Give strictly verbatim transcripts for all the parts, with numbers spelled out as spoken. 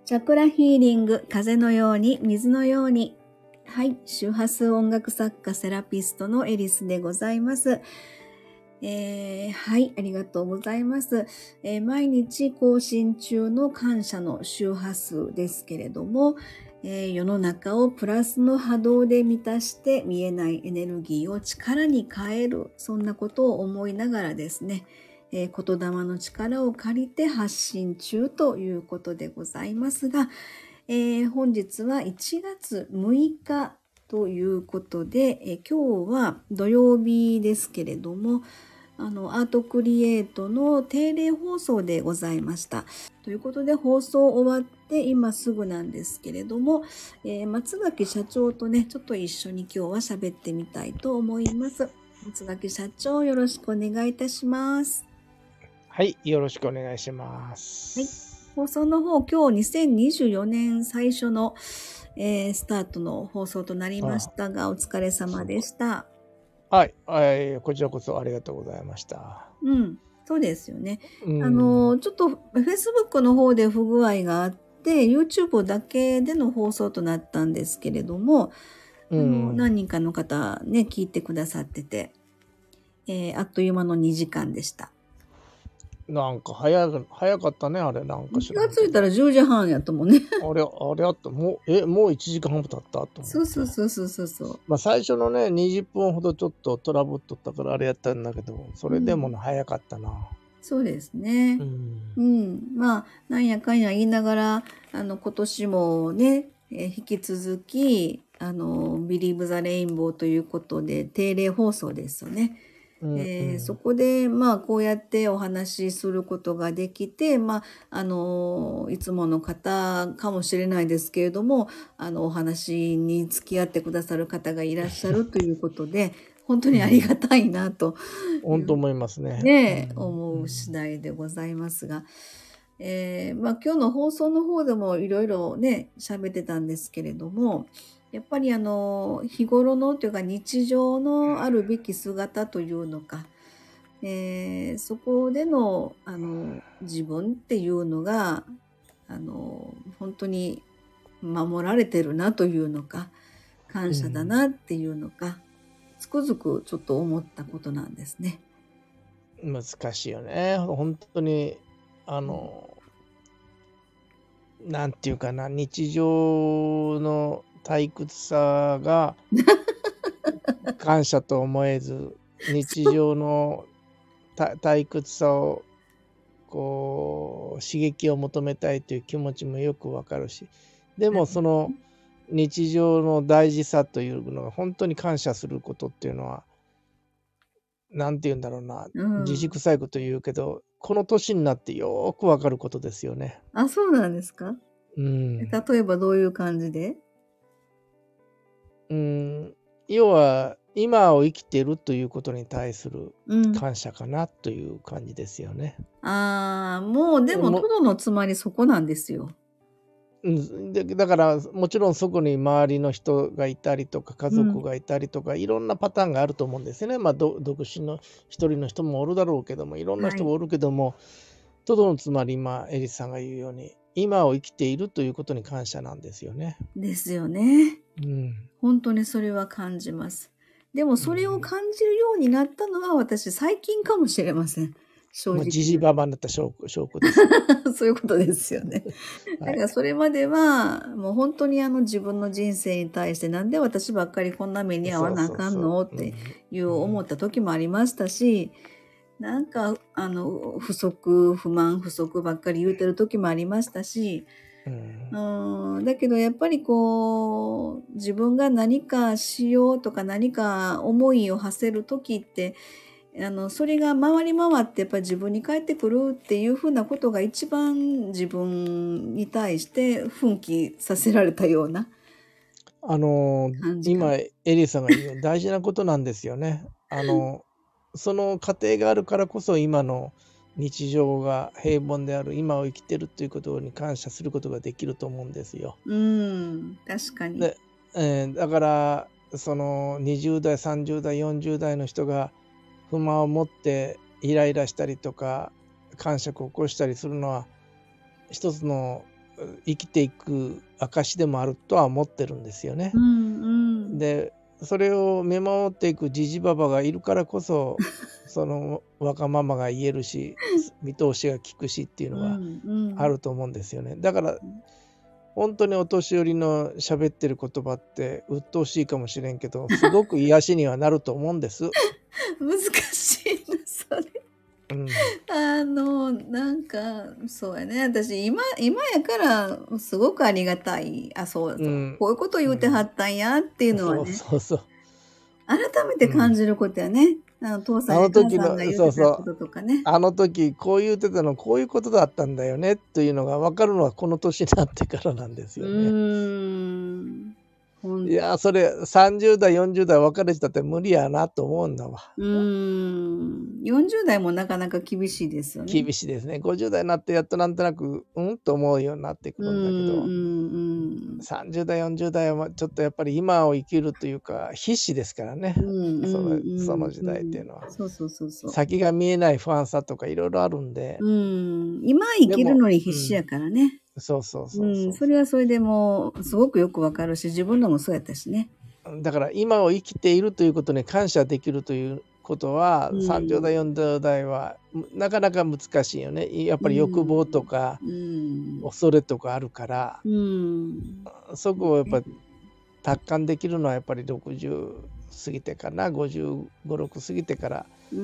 チャクラヒーリング、風のように、水のように。はい。周波数音楽作家、セラピストのエリスでございます。えー、はい。ありがとうございます、えー。毎日更新中の感謝の周波数ですけれども、えー、世の中をプラスの波動で満たして見えないエネルギーを力に変える。そんなことを思いながらですね、えー、言霊の力を借りて発信中ということでございますが、えー、本日はいちがつむいかということで、えー、今日は土曜日ですけれども、あのアートクリエイトの定例放送でございました。ということで放送終わって今すぐなんですけれども、えー、松垣社長とね、ちょっと一緒に今日は喋ってみたいと思います。松垣社長、よろしくお願いいたします。 はい、よろしくお願いします。 はい、放送の方、今日にせんにじゅうよねん最初の、えー、スタートの放送となりましたが、お疲れ様でした。 はい、はい、こちらこそありがとうございました。 うん、そうですよね。あの、ちょっと Facebook の方で不具合があって、YouTube だけでの放送となったんですけれども、あの何人かの方ね、聞いてくださってて、えー、あっという間のにじかんでした。 なんか早く早かったね、あれ。なんか気がついたらじゅうじはんやったもんね。 あれ、あれあった。もう、え、もういちじかんはん経ったと思って。 そうそうそうそうそう。 まあ最初のね、にじゅっぷんほどちょっとトラブっとったからあれやったんだけど、それでも、ね、うん、早かったな。 そうですね。うん。うん、まあ、なんやかんや言いながら、あの、今年もね、え引き続き、あの、Believe the Rainbow ということで、定例放送ですよね。うんえー、そこで、まあ、こうやってお話しすることができて、まあ、あの、いつもの方かもしれないですけれども、あの、お話に付き合ってくださる方がいらっしゃるということで、本当にありがたいなと、 うん、本当思いますね。 ね、うん、思う次第でございますが、えー、まあ、今日の放送の方でもいろいろね、喋ってたんですけれども、やっぱりあの日頃のというか日常のあるべき姿というのか、えー、そこでのあの自分っていうのがあの本当に守られてるなというのか、感謝だなっていうのか、うん、つくづくちょっと思ったことなんですね。 難しいよね。本当にあの、うん、なんていうかな、日常の退屈さが感謝と思えず、日常の退屈さをこう刺激を求めたいという気持ちもよくわかるし、でもその日常の大事さというのが本当に感謝することっていうのは、なんて言うんだろうな、うん、自粛細工というけど、この年になってよくわかることですよね。 あ、そうなんですか？ うん。 例えばどういう感じで？ うん、要は今を生きているということに対する感謝かなという感じですよね。 うん、ああ、もうでもとどのつまりそこなんですよ。 うん、でだからもちろんそこに周りの人がいたりとか家族がいたりとか、うん、いろんなパターンがあると思うんですよね。まあ独身の一人の人もおるだろうけども、いろんな人もおるけども、はい、とどのつまり今エリスさんが言うように今を生きているということに感謝なんですよね。 ですよね。 うん、 本当にそれは感じます。でもそれを感じるようになったのは私最近かもしれません。正直。 じじばばになった証拠、証拠です。 そういうことですよね。だからそれまでは、もう本当にあの自分の人生に対してなんで私ばっかりこんな目に遭わなあかんのっていう思った時もありましたし、なんかあの不足、不満、不足ばっかり言うてる時もありましたし、うん、うんだけどやっぱりこう自分が何かしようとか何か思いを馳せる時ってあのそれが回り回ってやっぱり自分に返ってくるっていうふうなことが一番自分に対して奮起させられたようなあの今エリーさんが言うように大事なことなんですよね。あのその過程があるからこそ今の日常が平凡である今を生きてるということに感謝することができると思うんですよ。 うん確かに。 で、えー、だからそのにじゅう代さんじゅう代よんじゅう代の人が不満を持ってイライラしたりとか感触を起こしたりするのは一つの生きていく証でもあるとは思ってるんですよね。 うんうんでそれを見守っていくじじばばがいるからこそそのわがままが言えるし見通しが利くしっていううのがんうんあると思うんですよね。だから本当にお年寄りの喋ってる言葉って鬱陶しいかもしれんけどすごく癒しにはなると思うんです。 難しいなそれ。 うん、 あのなんかそうやね、私今今やからすごくありがたい、あそうそう、 うん、 こういうこと言うてはったんやっていうのはそうね、 そうそう。 改めて感じることやね。あの父さあんや母の時のさんが言うそうそうてたこととかね。 あの時こう言ってたのこういうことだったんだよねというのが分かるのはこの年になってからなんですうよね。 ーん。ほんいやそれさんじゅう代よんじゅう代別れてたって無理やなと思うんだわ。 うーん。よんじゅう代もなかなか厳しいですよね。 厳しいですね。ごじゅう代になってやっとなんとなくうんと思うようになってくうんるんだけど、 うんうん。 さんじゅう代よんじゅう代はちょっとやっぱり今を生きるというか必死ですからね、 うんそのうんその時代っていうのは。 そうそうそうそう。 先が見えない不安さとかいろいろあるんで、 うん。今生きるのに必死やからね。 そうそうそうう、 そうんそれはそれでもうすごくよくわかるし、自分のもそうやったしね。 だから今を生きているということに感謝できるということは、 うんさんじゅう代よんじゅう代はなかなか難しいよね。やっぱり欲望とかうん。 恐れとかあるから、 うん。 そこをやっぱり達観できるのはやっぱりろくじゅう過ぎてかな、ごじゅうご、ろく過ぎてからうん。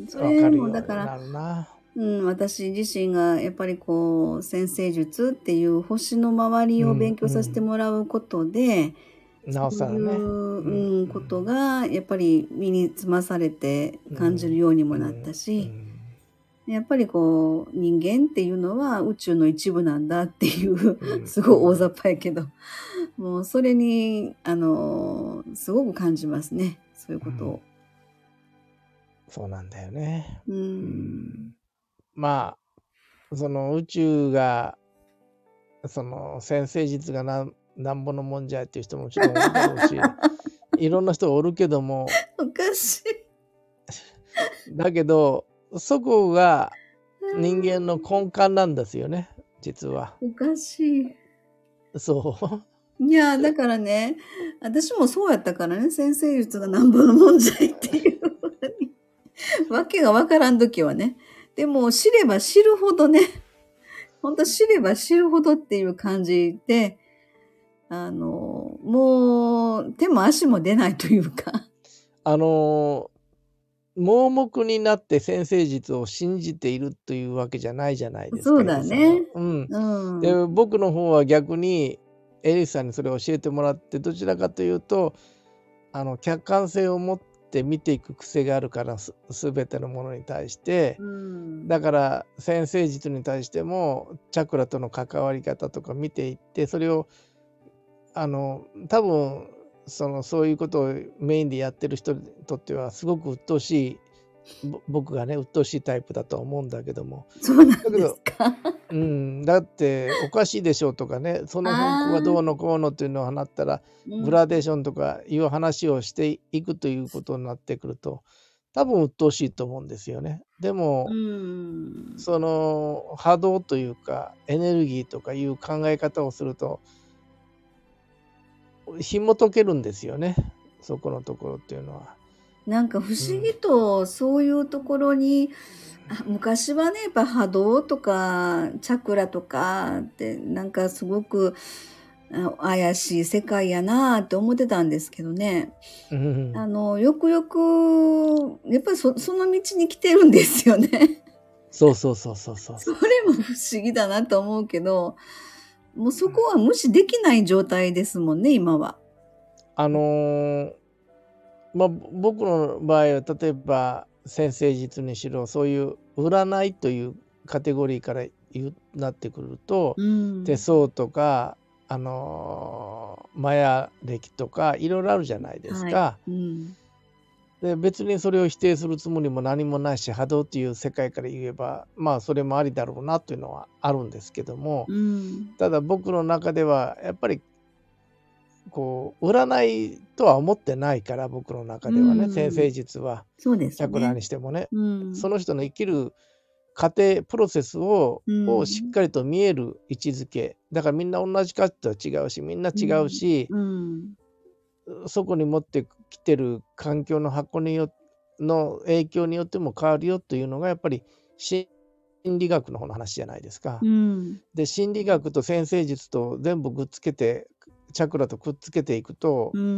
そ分れかるようにもだから、 なるな。 うん、私自身がやっぱりこう占星術っていう星の周りを勉強させてもらうことで、 なおさらね。 そういう、うん、ことがやっぱり身につまされて感じるようにもなったし、やっぱりこう人間っていうのは宇宙の一部なんだっていうすごい大雑把やけど、もうそれにあのすごく感じますね、そういうことを。 うん、そうなんだよね。 うん、 うんまあその宇宙がその占星術がなんなんぼのもんじゃっていう人ももちろんおるだろうしいろんな人おるけどもおかしいだけどそこが人間の根幹なんですよね、実は。 おかしい。 そういやだからね、私もそうやったからね、占星術がなんぼのもんじゃいっていうわけがわからん時はね。でも知れば知るほどね、本当知れば知るほどっていう感じで、あのもう手も足も出ないというか、 あの盲目になって占星術を信じているというわけじゃないじゃないですか。 そうだね。 うん、 うん、 で僕の方は逆にエリスさんにそれを教えてもらって、どちらかというとあの客観性を持って見ていく癖があるから、す全てのものに対して、 うん、 だから占星術に対してもチャクラとの関わり方とか見ていって、それをあの多分そのそういうことをメインでやってる人にとってはすごく鬱陶しい、僕がね鬱陶しいタイプだと思うんだけども、 そうなんですか。 うん、だっておかしいでしょうとかね、その本校がどうのこうのっていうのを放ったらグラデーションとかいう話をしていくということになってくると多分鬱陶しいと思うんですよね。でも、 うん、 その波動というかエネルギーとかいう考え方をすると紐解けるんですよね、そこのところっていうのは。 なんか不思議とそういうところに、うん、昔はねやっぱ波動とかチャクラとかってなんかすごく怪しい世界やなって思ってたんですけどね、うん、あのよくよくやっぱり そ, その道に来てるんですよね。 そうそうそうそうそうそれも不思議だなと思うけど、もうそこは無視できない状態ですもんね、今は。あのー、まあ僕の場合は例えば占星術にしろそういう占いというカテゴリーからなってくると、うん、手相とかあのー、マヤ暦とかいろいろあるじゃないですか。はいうん、で別にそれを否定するつもりも何もないし、波動っていう世界から言えばまあそれもありだろうなというのはあるんですけども、うん、ただ僕の中ではやっぱりこう占いとは思ってないから、僕の中ではね、うん、占星術はそうですね、チャクラにしてもね、うん、その人の生きる過程プロセスをうをしっん。 かりと見える位置づけだからみんな同じかとは違うしみんなう違うんし、 うん。 そこに持ってきてる環境の箱によの影響によっても変わるよというのがやっぱり心理学の方の話じゃないですか。 うん。 で心理学と占星術と全部くっつけてチャクラとくっつけていくとうん。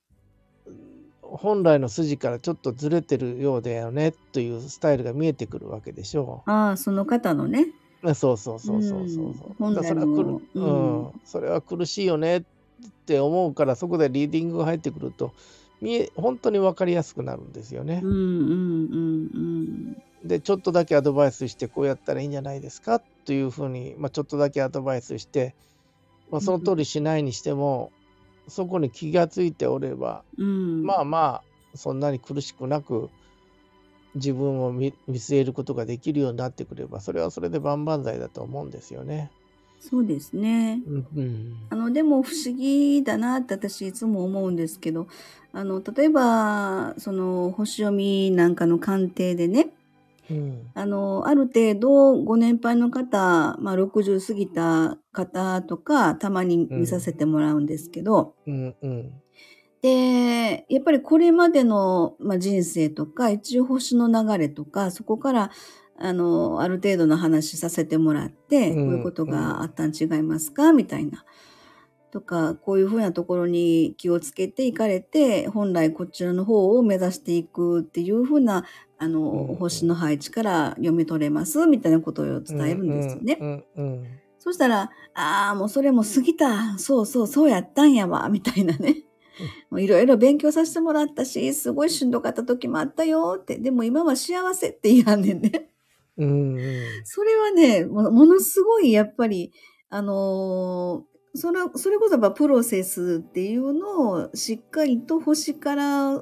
本来の筋からちょっとずれてるようだよねというスタイルが見えてくるわけでしょああ、その方のね。 う。あそうそううそうそうそうんそう。 本だからそれはくる、 来の、ううん。 ん、それは苦しいよねって思うからそこでリーディングが入ってくると見え本当に分かりやすくなるんですよね。 うんうんうんでちょっとだけアドバイスしてこうやったらいいんじゃないですかというふうに、まあ、ちょっとだけアドバイスして、まあ、その通りしないにしてもそこに気がついておればうん。 まあまあそんなに苦しくなく自分を見見据えることができるようになってくればそれはそれで万々歳だと思うんですよね。 そうですね。 うんうんあの、でも不思議だなって私いつも思うんですけど、あの、例えば、その、星読みなんかの鑑定でね、 うんあの、ある程度ご年配の方、まあ、ろくじゅう過ぎた方とか、たまに見させうんてもらうんですけど、 うんうんで、やっぱりこれまでの、まあ、人生とか、一応星の流れとか、そこから、あの、ある程度の話させてもらっうて、こういうこんとうんがあったん違いますかみたいな。とか、こういうふうなところに気をつけていかれて、本来こちらの方を目指していくっていうふうな、あの、 うん星の配置から読み取れます、みたいなことをう伝えるんですよね。 んうんうんそしたら、ああ、もうそれも過ぎた。そうそう、そうやったんやわ、みたいなね。もういろいろ勉強させてもらったし、すごいしんどかった時もあったよって。でも今は幸せって言いはんねんね。 うんうんそれはね、もものすごいやっぱり、あのーそれ、それこそやっぱプロセスっていうのをしっかりと星から、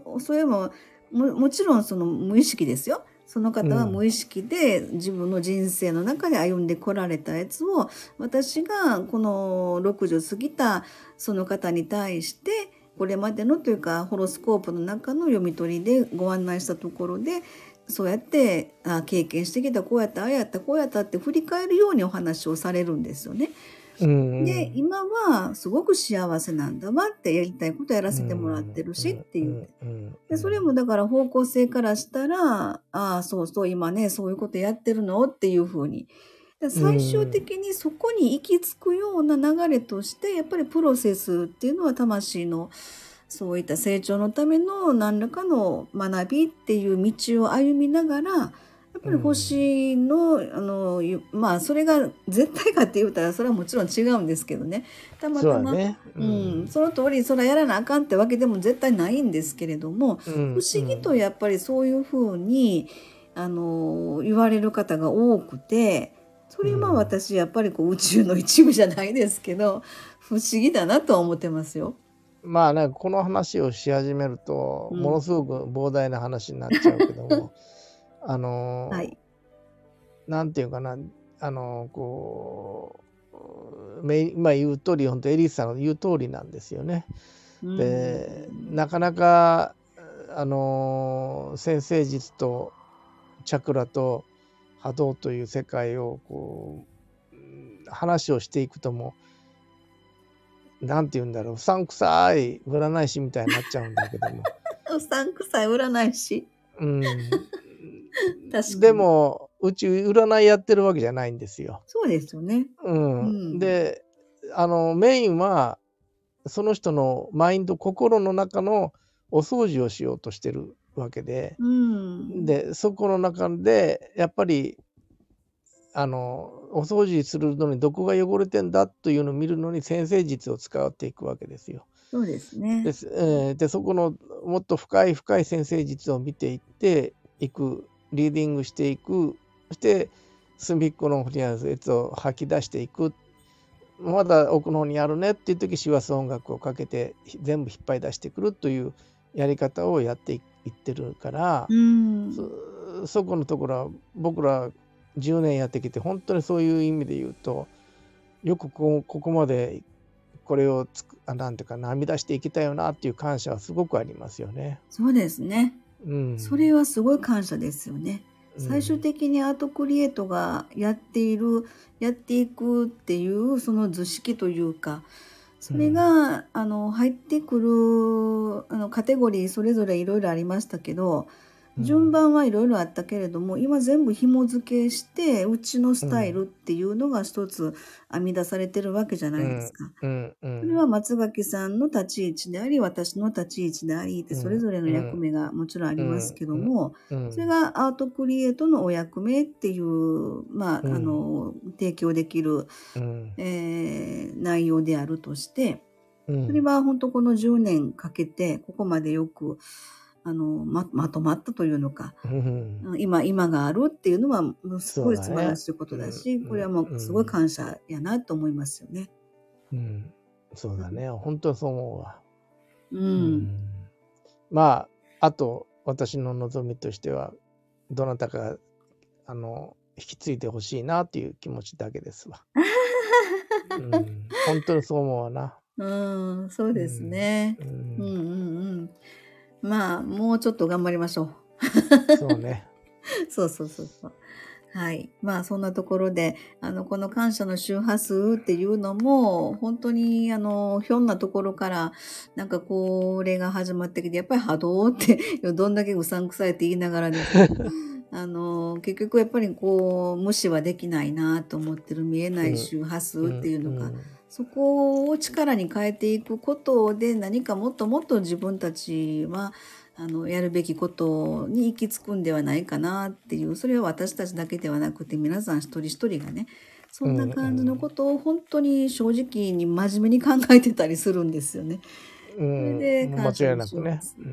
それも、も、もちろんその無意識ですよ。その方は無意識で自分の人生の中で歩んでこられたやつを、私がこのろくじゅう過ぎたその方に対して、これまでのというか、ホロスコープの中の読み取りでご案内したところで、そうやってあ経験してきたこうやったああやったこうやったって振り返るようにお話をされるんですよね。 うんで今はすごく幸せなんだわってやりたいことやらせてもらってるしって言って。でそれもだから方向性からしたらああそうそう今ねそういうことやってるのっていうふうに。最終的にそこに行き着くような流れとしてやっぱりプロセスっていうのは魂のそういった成長のための何らかの学びっていう道を歩みながら、やっぱり星の、あの、まあ、それが絶対かって言うたら、それはもちろん違うんですけどね。たまたま、 ねうん、その通り、それはやらなあかんってわけでも絶対ないんですけれども、 うん不思議とやっぱりそういうふうに、あの、言われる方が多くて、それは私、やっぱりこう宇宙の一部じゃないですけど、不思議だなとは思ってますよ。 まあねこの話をし始めると、ものすごく膨大な話になっちゃうけどもあの、はい、なんていうかなあのこう今言う通り本当エリスさんの言う通りなんですよね。でなかなかあの占星術とチャクラと波動という世界をこう話をしていくともなんて言うんだろう、うさんくさい占い師みたいになっちゃうんだけども。 うさんくさい占い師。 うん。 確かに。 でも、うち占いやってるわけじゃないんですよ。 そうですよね。 うん。うん、で、あの、メインは、その人のマインド、心の中のお掃除をしようとしてるわけで、 うん、 で、そこの中で、やっぱり、あのお掃除するのにどこが汚れてんだというのを見るのに占星術を使っていくわけですよ。 そうですね。 で、えー、でそこのもっと深い深い占星術を見ていっていくリーディングしていくそして隅っこの方にあるやつを吐き出していくまだ奥の方にあるねっていう時師走音楽をかけて全部引っ張り出してくるというやり方をやっていってるから、 うん、 そ, そこのところは僕らじゅうねんやってきて本当にそういう意味で言うとよくこ こ, ここまでこれをつくなんていうか編み出していけたよなっていう感謝はすごくありますよね。 そうですね。 うん、 それはすごい感謝ですよね。 最終的にアートクリエイトがやっている、やっていくっていうその図式というか、それが、あの入ってくるあのカテゴリーそれぞれいろいろありましたけど、順番はいろいろあったけれども、今全部紐付けしてうちのスタイルっていうのが一つ編み出されてるわけじゃないですか。それは松垣さんの立ち位置であり、私の立ち位置でありって、それぞれの役目がもちろんありますけども、それがアートクリエイトのお役目っていう、まあ、あの提供できる、えー、内容であるとして、それは本当このじゅうねんかけてここまでよくあの ま, まとまったというのか、うん、今今があるっていうのはすごい素晴らしいことだし、だね、これはもうすごい感謝やなと思いますよね。 うん、そうだね、本当そう思うわ。 うん、うん、 まああと私の望みとしてはどなたかあの引き継いでほしいなっていう気持ちだけですわ。うん、本当にそう思うわな。 うん、そうですね。うん、うん、うんうんまあもうちょっと頑張りましょう。そうね。 そうそうそうそう。はい。まあそんなところで、あのこの感謝の周波数っていうのも本当にあのひょんなところからなんかこれが始まってきて、やっぱり波動ってどんだけうさんくさいって言いながらですね。あの結局やっぱりこう無視はできないなと思ってる見えない周波数っていうのか、うんうんうん、そこを力に変えていくことで何かもっともっと自分たちはあのやるべきことに行き着くんではないかなっていう、それは私たちだけではなくて皆さん一人一人がね、そんな感じのことを本当に正直に真面目に考えてたりするんですよね。それで感謝の周波数、うん、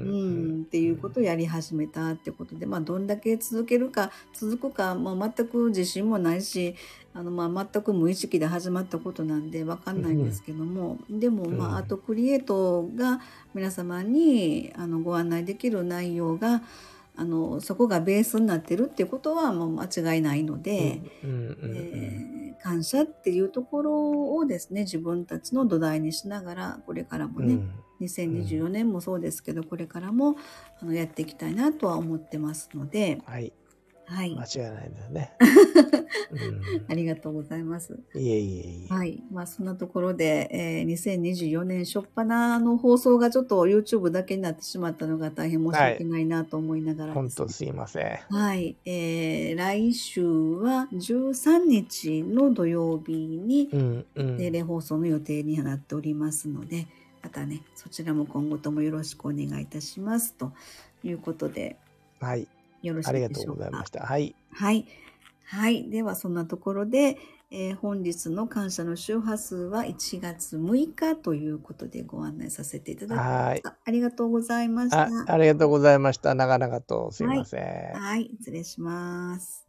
っていうことをやり始めたってことで、まあどんだけ続けるか続くかもう全く自信もないし、あのまあ全く無意識で始まったことなんで分かんないんですけども、うん、でもまあアートクリエイトが皆様にあのご案内できる内容があのそこがベースになってるっていうことはもう間違いないので、感謝っていうところをですね、自分たちの土台にしながらこれからもね、うん、にせんにじゅうよねんもそうですけど、これからもあのやっていきたいなとは思ってますので、 はいはい、 間違いないですね。 うん、ありがとうございます。 いえいえいえ。 はい、まあそんなところで、えー、にせんにじゅうよねん初っ端の放送がちょっと YouTube だけになってしまったのが大変申し訳ないなと思いながらですね。 本当すいません。 はい、えー、来週はじゅうさんにちの土曜日に定例放送の予定になっておりますので、またねそちらも今後ともよろしくお願いいたしますということで、 はい、 よろしいでしょうか。 ありがとうございました。はい。 はい。はい。では、そんなところで、えー、本日の感謝の周波数はいちがつむいかということでご案内させていただきました。ありがとうございました。 あ、ありがとうございました。長々とすいません。 はい、はい、失礼します。